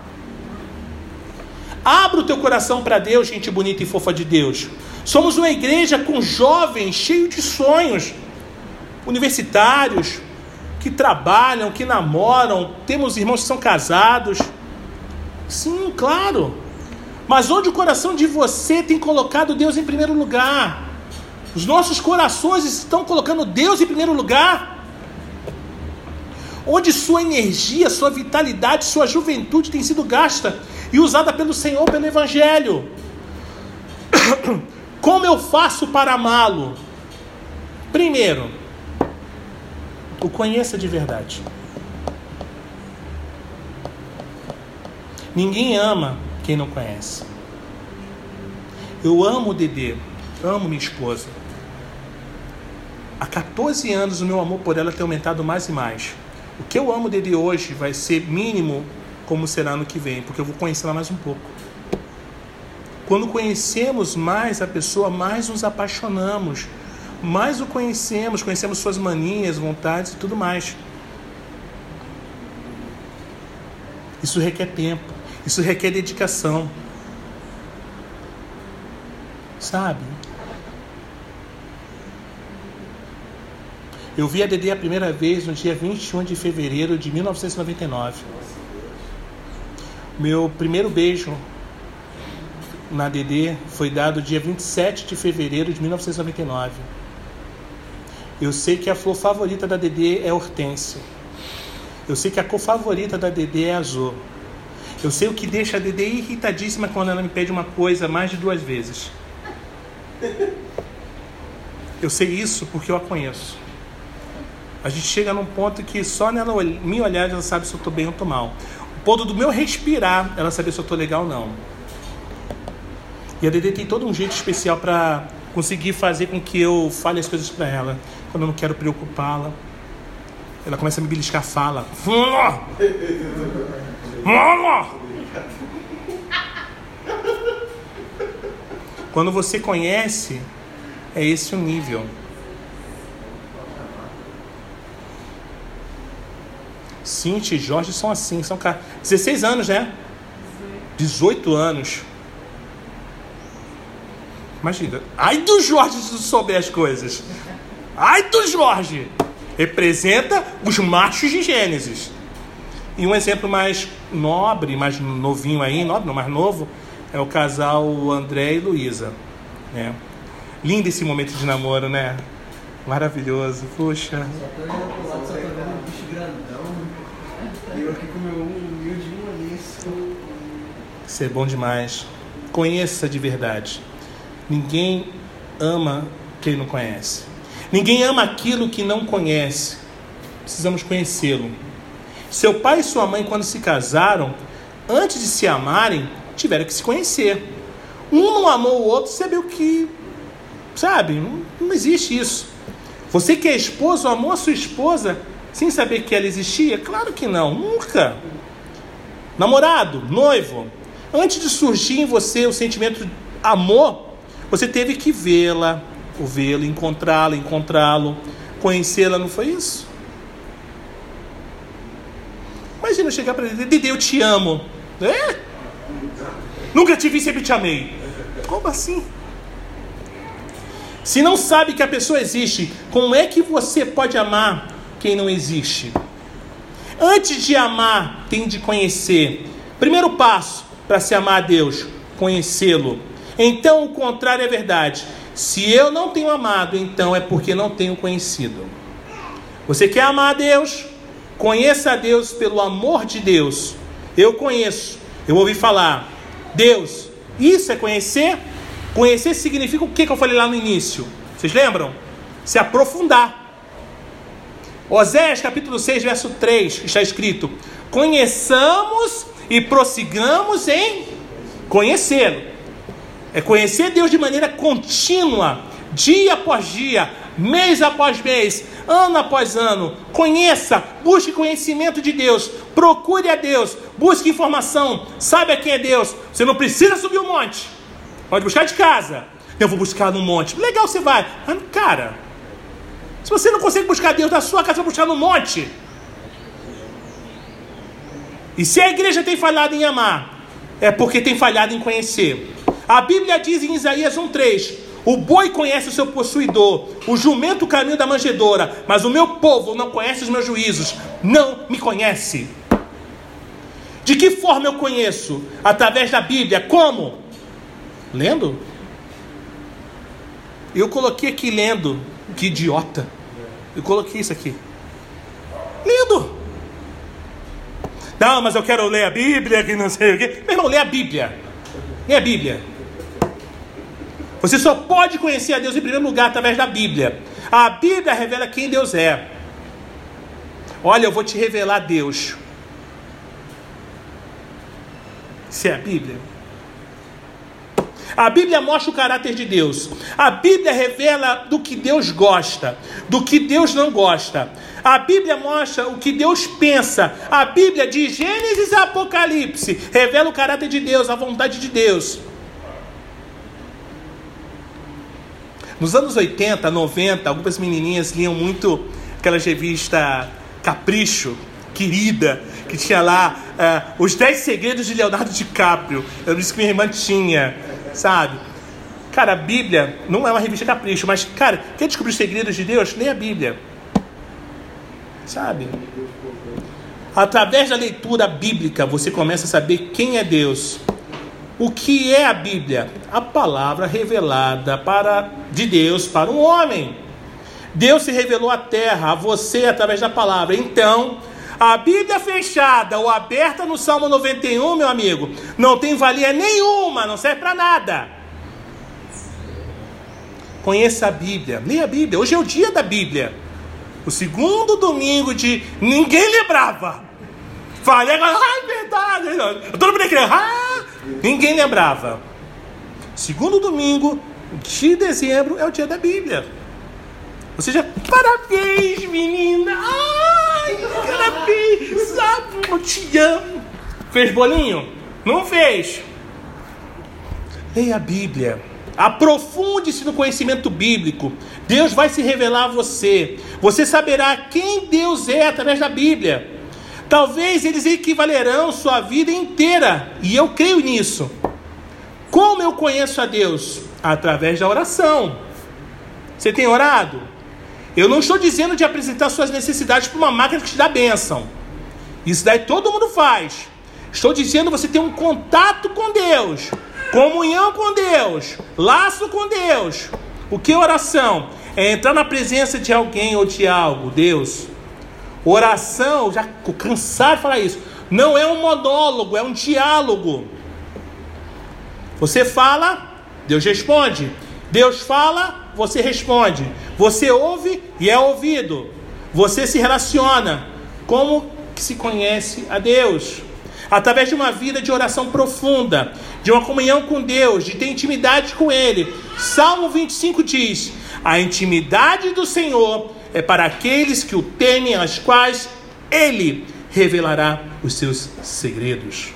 Abra o teu coração para Deus, gente bonita e fofa de Deus. Somos uma igreja com jovens cheios de sonhos, universitários, que trabalham, que namoram. Temos irmãos que são casados. Sim, claro. Mas onde o coração de você tem colocado Deus em primeiro lugar? Os nossos corações estão colocando Deus em primeiro lugar? Onde sua energia, sua vitalidade, sua juventude tem sido gasta e usada pelo Senhor, pelo Evangelho? Como eu faço para amá-lo? Primeiro, o conheça de verdade. Ninguém ama quem não conhece. Eu amo o Dedê, amo minha esposa. Há quatorze anos o meu amor por ela tem aumentado mais e mais. O que eu amo dele hoje vai ser mínimo como será no que vem, porque eu vou conhecer ela mais um pouco. Quando conhecemos mais a pessoa, mais nos apaixonamos, mais o conhecemos, conhecemos suas manias, vontades e tudo mais. Isso requer tempo, isso requer dedicação. Sabe? Eu vi a Dedê a primeira vez no dia vinte e um de fevereiro de mil novecentos e noventa e nove. Meu primeiro beijo na Dedê foi dado dia vinte e sete de fevereiro de mil novecentos e noventa e nove. Eu sei que a flor favorita da Dedê é hortênsia. Eu sei que a cor favorita da Dedê é azul. Eu sei o que deixa a Dedê irritadíssima quando ela me pede uma coisa mais de duas vezes. Eu sei isso porque eu a conheço. A gente chega num ponto que só nela me olhar ela sabe se eu estou bem ou estou mal. O ponto do meu respirar, ela sabe se eu estou legal ou não. E a Dedê tem todo um jeito especial para conseguir fazer com que eu fale as coisas para ela. Quando eu não quero preocupá-la, ela começa a me beliscar a fala. Quando você conhece, é esse o nível. Cintia e Jorge são assim, são caras. dezesseis anos, né? dezoito anos. Imagina. Ai do Jorge se souber as coisas. Ai do Jorge. Representa os machos de Gênesis. E um exemplo mais nobre, mais novinho aí, nobre, não, mais novo, é o casal André e Luísa. Né? Lindo esse momento de namoro, né? Maravilhoso. Poxa. Só tô olhando pro lado, só tô vendo um bicho grandão. E eu aqui com o meu humilde humaniço. Isso é bom demais. Conheça de verdade. Ninguém ama quem não conhece. Ninguém ama aquilo que não conhece. Precisamos conhecê-lo. Seu pai e sua mãe, quando se casaram, antes de se amarem, tiveram que se conhecer. Um não amou o outro, sabia o que... Sabe? Não, não existe isso. Você que é esposo, amou a sua esposa sem saber que ela existia? Claro que não, nunca. Namorado, noivo, antes de surgir em você o sentimento de amor, você teve que vê-la, ou vê-lo, encontrá-la, encontrá-lo, conhecê-la, não foi isso? Imagina eu chegar para ele, Dedê, eu te amo. É? Nunca te vi, sempre te amei. Como assim? Se não sabe que a pessoa existe, como é que você pode amar quem não existe? Antes de amar, tem de conhecer. Primeiro passo para se amar a Deus, conhecê-lo. Então o contrário é verdade. Se eu não tenho amado, então é porque não tenho conhecido. Você quer amar a Deus? Conheça a Deus pelo amor de Deus. Eu conheço, eu ouvi falar. Deus, isso é conhecer? Conhecer significa o que eu falei lá no início? Vocês lembram? Se aprofundar. Oséias capítulo seis, verso três, está escrito: conheçamos e prossigamos em conhecê-lo. É conhecer Deus de maneira contínua, dia após dia, mês após mês, ano após ano. Conheça, busque conhecimento de Deus, procure a Deus, busque informação, saiba quem é Deus. Você não precisa subir o monte, pode buscar de casa. Eu vou buscar no monte. Legal, você vai. Mas, cara, se você não consegue buscar Deus na sua casa, vai buscar no monte. E se a igreja tem falhado em amar, é porque tem falhado em conhecer. A Bíblia diz em Isaías um três: o boi conhece o seu possuidor, o jumento o caminho da manjedoura, mas o meu povo não conhece os meus juízos, não me conhece. De que forma eu conheço? Através da Bíblia. Como? Lendo? Eu coloquei aqui lendo. Que idiota. Eu coloquei isso aqui. Lendo. Não, mas eu quero ler a Bíblia, que não sei o quê. Meu irmão, lê a Bíblia. Lê a Bíblia. Você só pode conhecer a Deus em primeiro lugar através da Bíblia. A Bíblia revela quem Deus é. Olha, eu vou te revelar Deus. Isso é a Bíblia. A Bíblia mostra o caráter de Deus. A Bíblia revela do que Deus gosta, do que Deus não gosta. A Bíblia mostra o que Deus pensa. A Bíblia, de Gênesis a Apocalipse, revela o caráter de Deus, a vontade de Deus. Nos anos oitenta, noventa, algumas menininhas liam muito aquelas revistas Capricho, Querida, que tinha lá uh, os dez segredos de Leonardo DiCaprio. Eu disse que minha irmã tinha, sabe? Cara, a Bíblia não é uma revista Capricho, mas, cara, quer descobrir os segredos de Deus? Leia a Bíblia. Sabe? Através da leitura bíblica, você começa a saber quem é Deus. O que é a Bíblia? A palavra revelada para, de Deus para um homem. Deus se revelou à terra, a você, através da palavra. Então, a Bíblia fechada ou aberta no Salmo noventa e um, meu amigo, não tem valia nenhuma, não serve para nada. Conheça a Bíblia, leia a Bíblia. Hoje é o dia da Bíblia. O segundo domingo de... Ninguém lembrava. Falei agora, ah, é verdade. Todo mundo queria, ah, ninguém lembrava. Segundo domingo de dezembro é o dia da Bíblia. Ou seja, parabéns, menina. Ai, parabéns, sabe? Eu te amo. Fez bolinho? Não fez. Leia a Bíblia. Aprofunde-se no conhecimento bíblico. Deus vai se revelar a você. Você saberá quem Deus é através da Bíblia. Talvez eles equivalerão sua vida inteira. E eu creio nisso. Como eu conheço a Deus? Através da oração. Você tem orado? Eu não estou dizendo de apresentar suas necessidades para uma máquina que te dá bênção. Isso daí todo mundo faz. Estou dizendo você ter um contato com Deus. Comunhão com Deus. Laço com Deus. O que é oração? É entrar na presença de alguém ou de algo. Deus. Oração, já cansado de falar isso, não é um monólogo, é um diálogo. Você fala, Deus responde. Deus fala, você responde. Você ouve e é ouvido. Você se relaciona. Como que se conhece a Deus? Através de uma vida de oração profunda, de uma comunhão com Deus, de ter intimidade com Ele. Salmo vinte e cinco diz: a intimidade do Senhor é para aqueles que o temem, aos quais Ele revelará os seus segredos.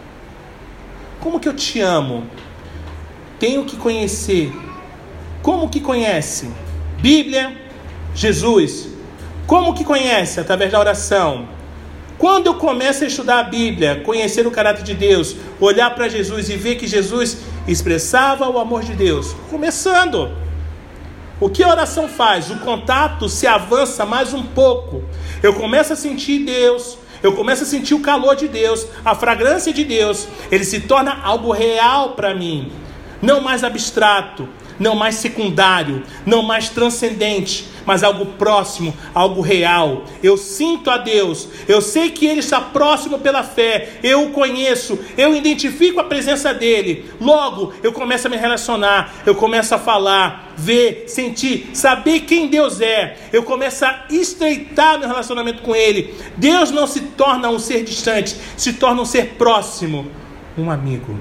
Como que eu te amo? Tenho que conhecer. Como que conhece? Bíblia, Jesus. Como que conhece? Através da oração. Quando eu começo a estudar a Bíblia, conhecer o caráter de Deus, olhar para Jesus e ver que Jesus expressava o amor de Deus, começando. O que a oração faz? O contato se avança mais um pouco. Eu começo a sentir Deus, eu começo a sentir o calor de Deus, a fragrância de Deus. Ele se torna algo real para mim, não mais abstrato, não mais secundário, não mais transcendente, mas algo próximo, algo real. Eu sinto a Deus, eu sei que Ele está próximo pela fé, eu o conheço, eu identifico a presença dEle. Logo, eu começo a me relacionar, eu começo a falar, ver, sentir, saber quem Deus é. Eu começo a estreitar meu relacionamento com Ele. Deus não se torna um ser distante, se torna um ser próximo, um amigo.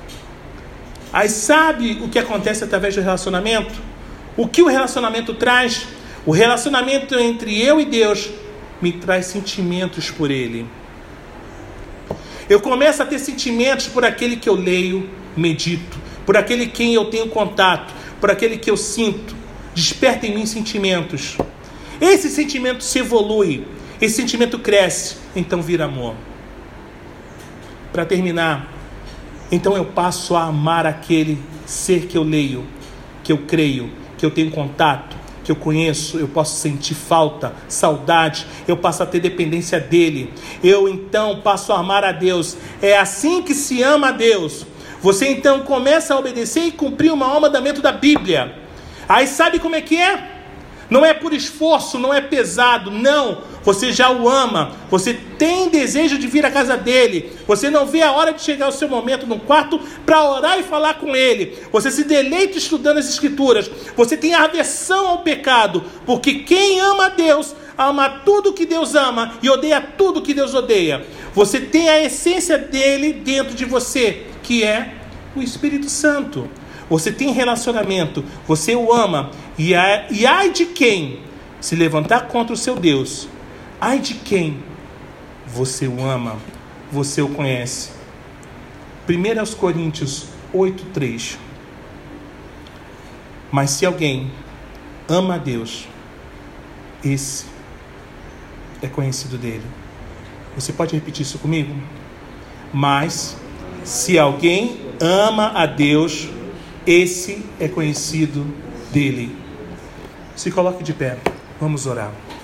Aí sabe o que acontece através do relacionamento? O que o relacionamento traz? O relacionamento entre eu e Deus me traz sentimentos por Ele. Eu começo a ter sentimentos por aquele que eu leio, medito, por aquele quem eu tenho contato, por aquele que eu sinto. Desperta em mim sentimentos. Esse sentimento se evolui, esse sentimento cresce, então vira amor. Para terminar, então eu passo a amar aquele ser que eu leio, que eu creio, que eu tenho contato, que eu conheço. Eu posso sentir falta, saudade, eu passo a ter dependência dele. Eu então passo a amar a Deus. É assim que se ama a Deus. Você então começa a obedecer e cumprir o maior mandamento da Bíblia. Aí sabe como é que é? Não é por esforço, não é pesado, não. Você já o ama, você tem desejo de vir à casa dele. Você não vê a hora de chegar o seu momento no quarto para orar e falar com ele. Você se deleita estudando as Escrituras. Você tem aversão ao pecado, porque quem ama a Deus, ama tudo que Deus ama e odeia tudo que Deus odeia. Você tem a essência dele dentro de você, que é o Espírito Santo. Você tem relacionamento, você o ama, e, a, e ai de quem se levantar contra o seu Deus, ai de quem você o ama, você o conhece. primeira Coríntios oito, três. Mas se alguém ama a Deus, esse é conhecido dele. Você pode repetir isso comigo? Mas se alguém ama a Deus, esse é conhecido dele. Se coloque de pé, vamos orar.